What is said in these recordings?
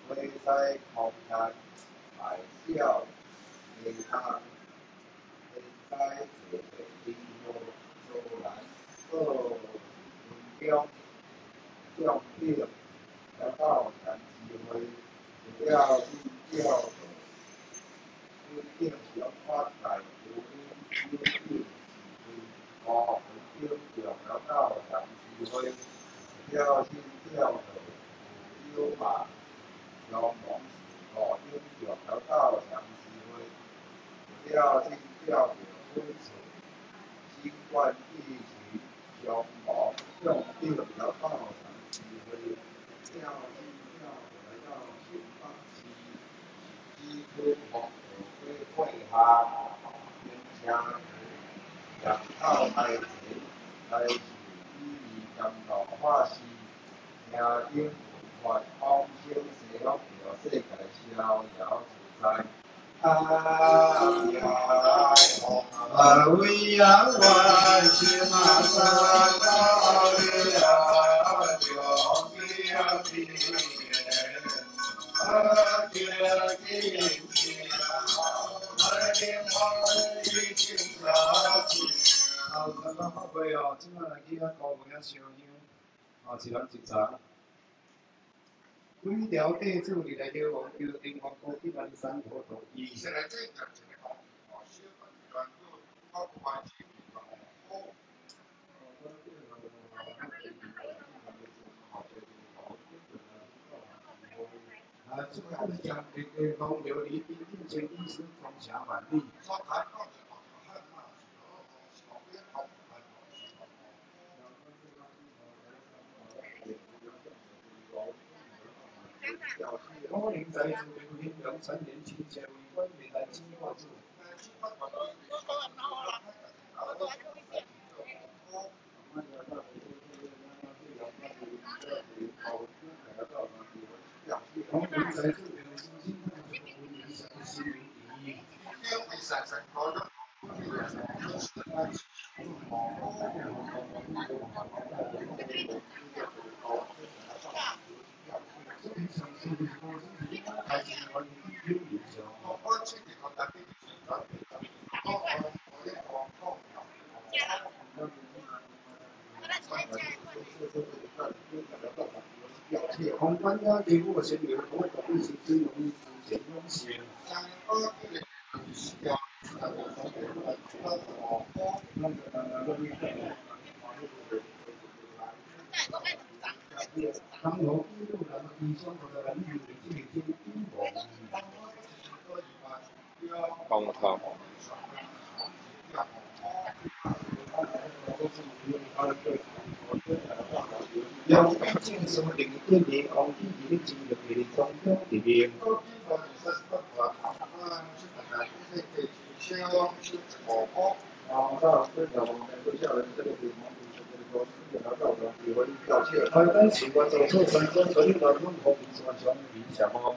花在空间大小地方，现在做地方做来做云中重点，了到谈机会，除了去调度，规定上发大有有有哦，有有了到谈机会，了去调度有嘛，有忙哦，有了到谈机会，了去调度分数。新冠疫情消防用电了到长期会调进调来到新方期，基本服务会下，并且人口爱情来是以甘露化是听英文发放声西方表世界逍遥自在。为呀，我心啊，高呀，就比呀比，就比好，刚刚好过哦，今仔来去遐高门遐烧香，一人一茶。几条地主你来叫王叫丁王高一万三多度一。现在这讲这个哦，小本专注包括关系哦。这个是讲这个风流离宾进前一时风霞满地。我能在做领两3年前社会观未来经过做。我们在这边的信心，影响心灵第一。红斑鸭给我先留，我懂事最容易出现风险。当我一路来地上的人与这些英国。 帮我套。 由于正所定一年空气已经进入的中央地面。台湾是我做错三种所有的任何平常上面什么？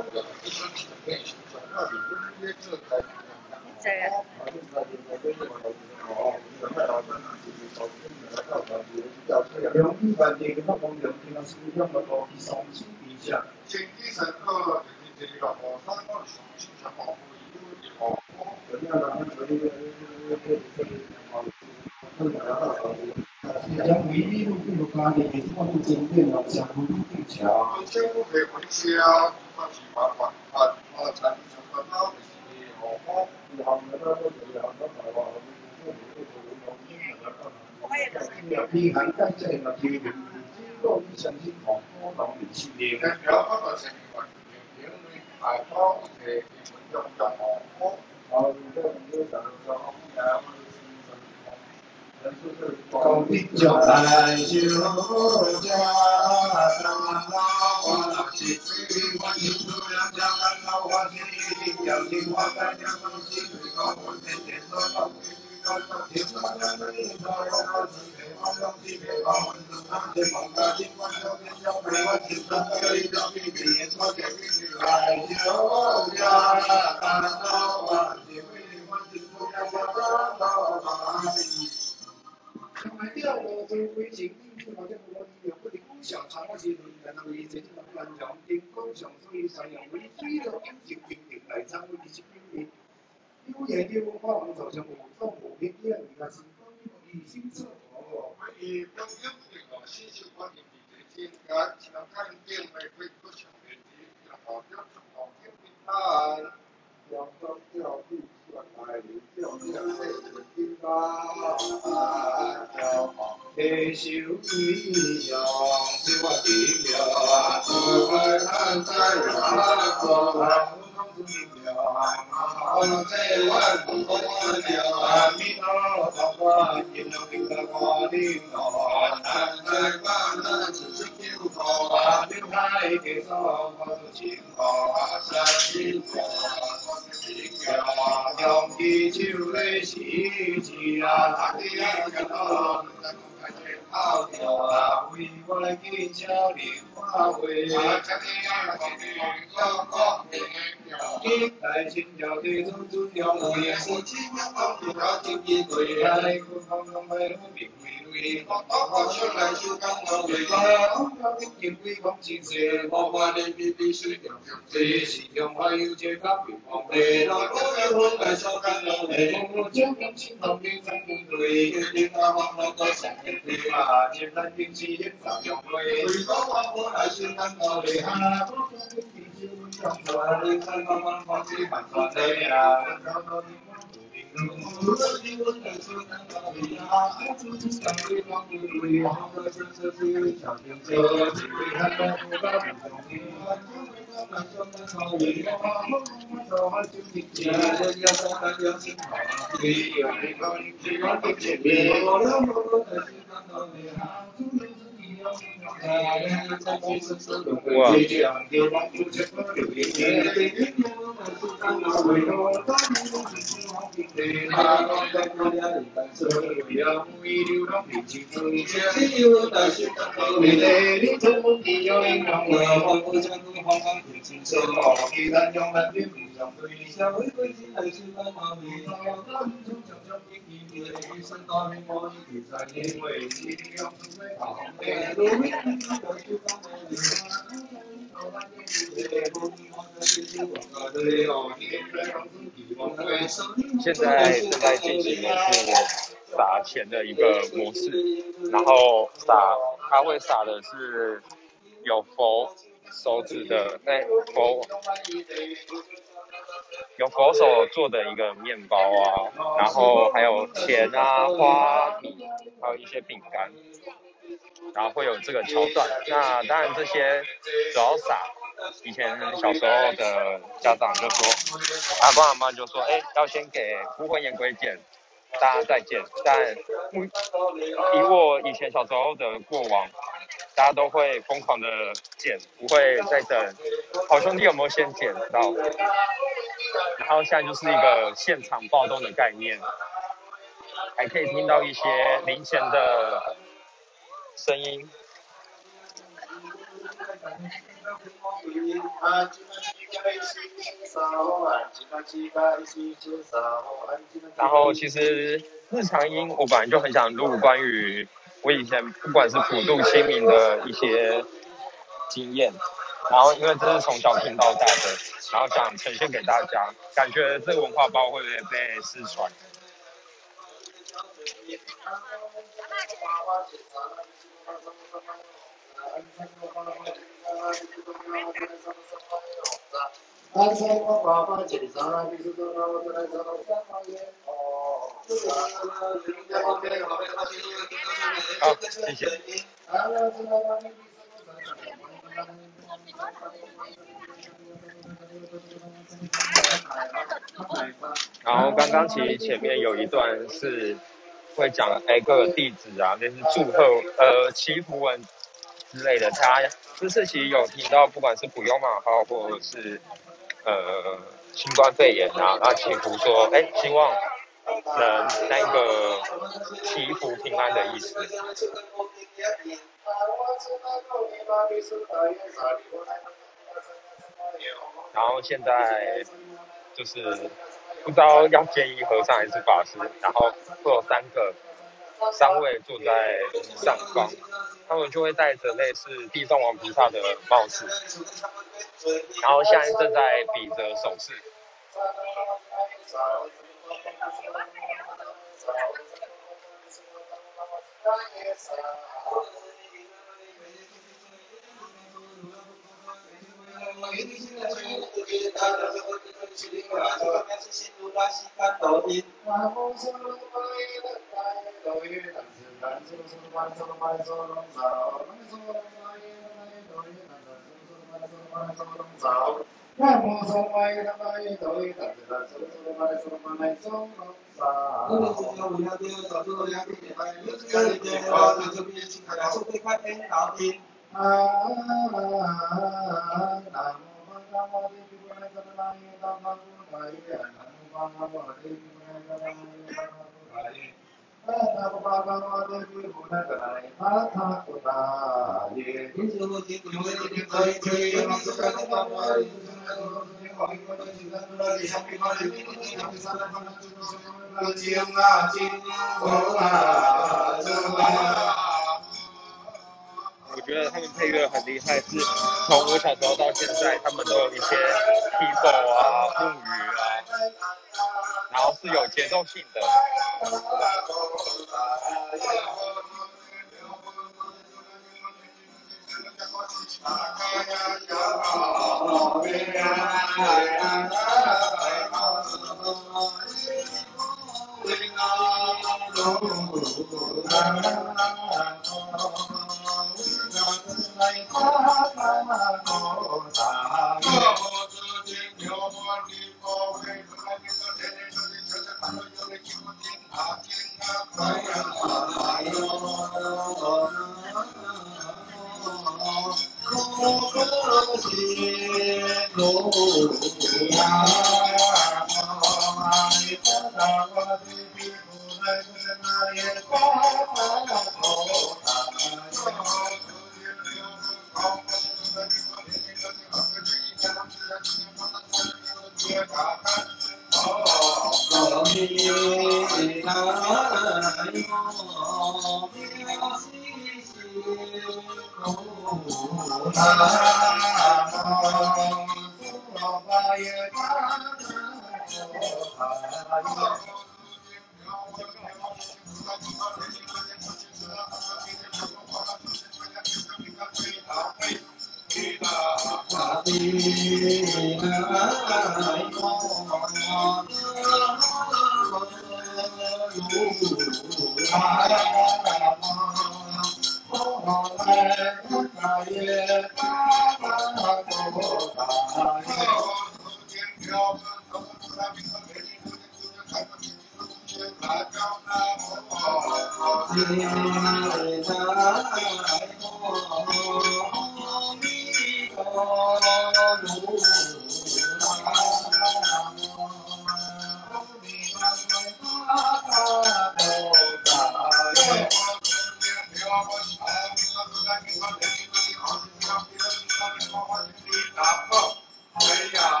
用一般的那种人平常使用的东西上去一下。前几层课就是这个火山的上去就保护一个怎么样呢？将唯一路不发的也是放入经验了，想不定桥。政府可以回去啊，放起麻烦产品成本高的是哦，好的，那都是好的，好的。你涵盖在那条领域，经过你相信同波动的系列。然后那成员因为海涛的运动的好，这个就讲说，高低就来修家，我是最欢迎出两家看到我心里表情花在两双心里高我天天说到。天花板的一条条是北方的西北方文字，那些梦的尽管有点小悲欢，心中有一条秘密，也说给秘密来修家，看到我心里我心不要看到哪里。另外第二个就是微信，好像我有不的公上长我是论人为这种观众顶高上所以采用为水陆引擎平定来掌握技术能力。有研究发明造成无种无偏见，而家是关于理性测谎。伊中央对我信息管理比较简单，只能看见玫瑰不想面积，然后要从后天平台。要高调预算来调整这平台，接受利用，只我治疗，不会看在哪个。我这晚不过了，米多不过，今朝听得我的我，这晚那只是酒后，留下一首我的情歌，山水过，用地球的喜气啊，大地啊，看到。好调啊，为我去照莲花会，一代情调的种种调味，是千样万种调情的对，爱苦空空白露明为泪，我想来就讲我为我，空空的情为空心碎，我话的比比是两种最，心中还有这个平凡的，我我来说干了嘞，我将用心头的三分对，给他忘了个三分对嘛，简单平气人上用对，为了我来是干了嘞哈，我将用心就用转，你看慢慢放弃慢转的呀，看到你我不平路，我的我来说干了嘞呀，爱自己想对方不对，好的是是是小情节，只为看到不到不容易，我将为了感受的草原，我走好就听见，人家说咱要心好，对，有一个你只要听见面，我了我的心看到你好，就有自己要心好，人在其实是轮回，这样就往不这个留一点，对你我的是看到为我当你的只是好平对，他光在国家里单车，为了无意流浪平静中，你我的是看到你的，你从梦里有一个我，我将不花上平静中，既然用满天不相对，下回归进来是看到你，我当你从小小平地里，生到你我一起在因为心用是最好的，路为你我去看到你， 现在正在进行的是撒钱的一个模式，然后它会撒的是有佛手指的有佛手做的一个面包啊，然后还有钱啊、花米，还有一些饼干，然后会有这个桥段。那当然这些主要撒，以前小时候的家长就说，阿公阿妈就说，要先给孤魂野鬼捡，大家再捡。但以我以前小时候的过往，大家都会疯狂的捡，不会再等好兄弟有没有先捡到。然后现在就是一个现场暴动的概念，还可以听到一些零钱的声音。然后其实日常音我本来就很想录关于我以前不管是普渡清明的一些经验，然后因为这是从小听到大的，然后想呈现给大家，感觉这个文化包会被失传。好，谢谢。然后刚刚其实前面有一段是会讲各个地址啊，就是祝贺祈福文之类的。他这次其实有提到，不管是普悠玛号或者是新冠肺炎啊，那祈福说希望能那个祈福平安的意思。然后现在就是不知道要建议和尚还是法师，然后会有三位坐在上方， 他们就会戴着类似地藏王菩萨的帽子，然后现在正在比着手势。我觉得他们配乐很厉害，是从我小时候到现在，他们都有一些 keyboard 啊、木鱼啊，然后是有节奏性的。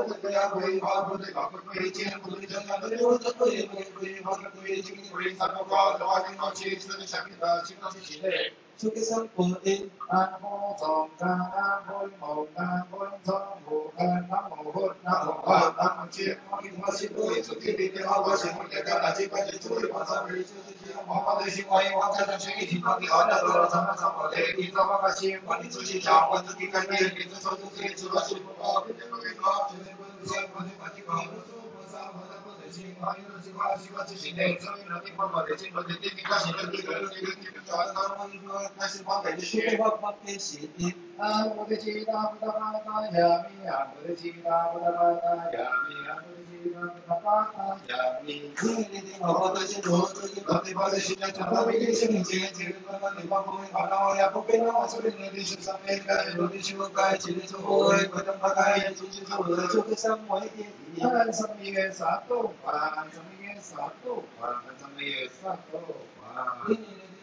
出家三皈依，南无藏伽南无无南无藏无干南无佛南无法南无戒，南无法西多耶出地地的好我行，我家那几百的主的往上面，我法的心，我以往在上学一听到的好的多了，咱们上我的，你怎么个心？我的主心想，我自己改变，你这手中这一次我心不高，别的不会高，就是不能想，我的法的高，我说我上我的不能行，我有的是我喜欢自己的，所以呢，你把我的经过的地地开始的这个这个这个找到我一个开始把的书我发给谁的？啊，我的吉他不达巴达呀咪呀，我的吉他不达巴达呀咪呀，我的吉他不达巴达呀咪。我的心中这一把的把的心在唱，我的心里这这个把的把不会把那我也不给那我这里的心上面盖，我的心盖起的是我的不能把盖，就是我的这个上我的。什么月啥都还，什么月啥都还，什么月啥都还。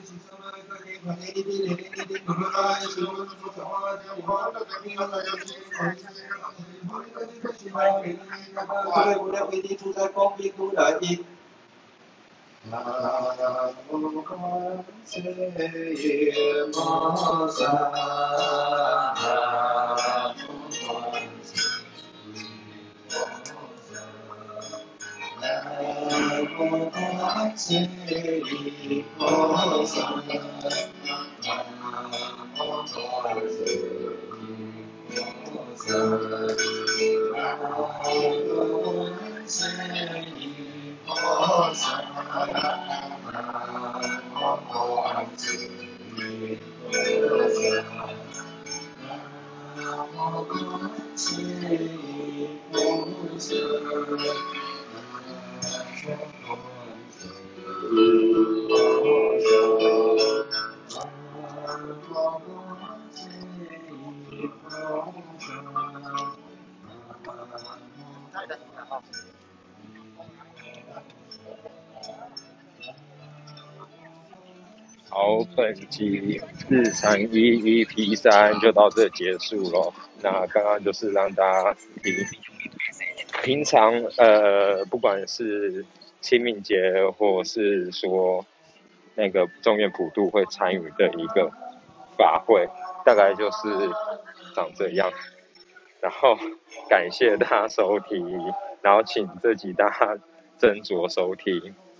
好，本集日常EP3就到这结束了。那刚刚就是让大家听，平常不管是清明节或是说那个中原普渡会参与的一个法会，大概就是长这样。然后感谢大家收听，然后请这集大家斟酌收听。